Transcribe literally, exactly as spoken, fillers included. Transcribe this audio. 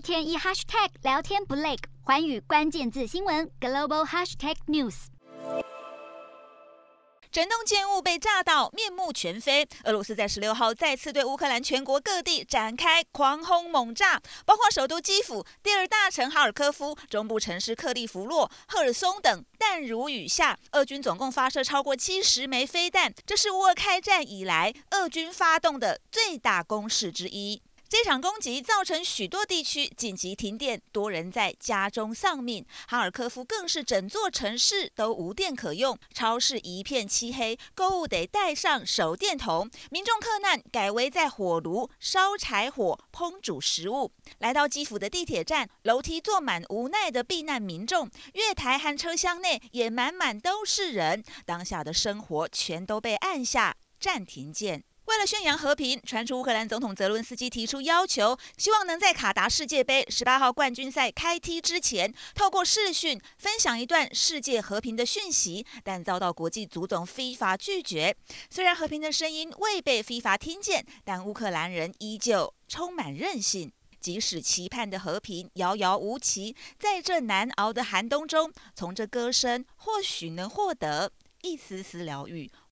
天一 hashtag 聊天不累，寰宇关键字新闻 global hashtag news。 整栋建物被炸到面目全非。俄罗斯在十六号再次对乌克兰全国各地展开狂轰猛炸，包括首都基辅、第二大城哈尔科夫、中部城市克利夫洛、赫尔松等，弹如雨下。俄军总共发射超过七十枚飞弹，这是乌俄开战以来俄军发动的最大攻势之一。这场攻击造成许多地区紧急停电，多人在家中丧命。哈尔科夫更是整座城市都无电可用，超市一片漆黑，购物得带上手电筒。民众克难，改为在火炉烧柴火烹煮食物。来到基辅的地铁站，楼梯坐满无奈的避难民众，月台和车厢内也满满都是人。当下的生活全都被按下暂停键。为了宣扬和平，传出乌克兰总统泽伦斯基提出要求，希望能在卡达世界杯十八号冠军赛开踢之前，透过视讯分享一段世界和平的讯息，但遭到国际足总 FIFA 拒绝。虽然和平的声音未被 FIFA 听见，但乌克兰人依旧充满韧性。即使期盼的和平遥遥无期，在这难熬的寒冬中，从这歌声或许能获得一丝丝疗愈。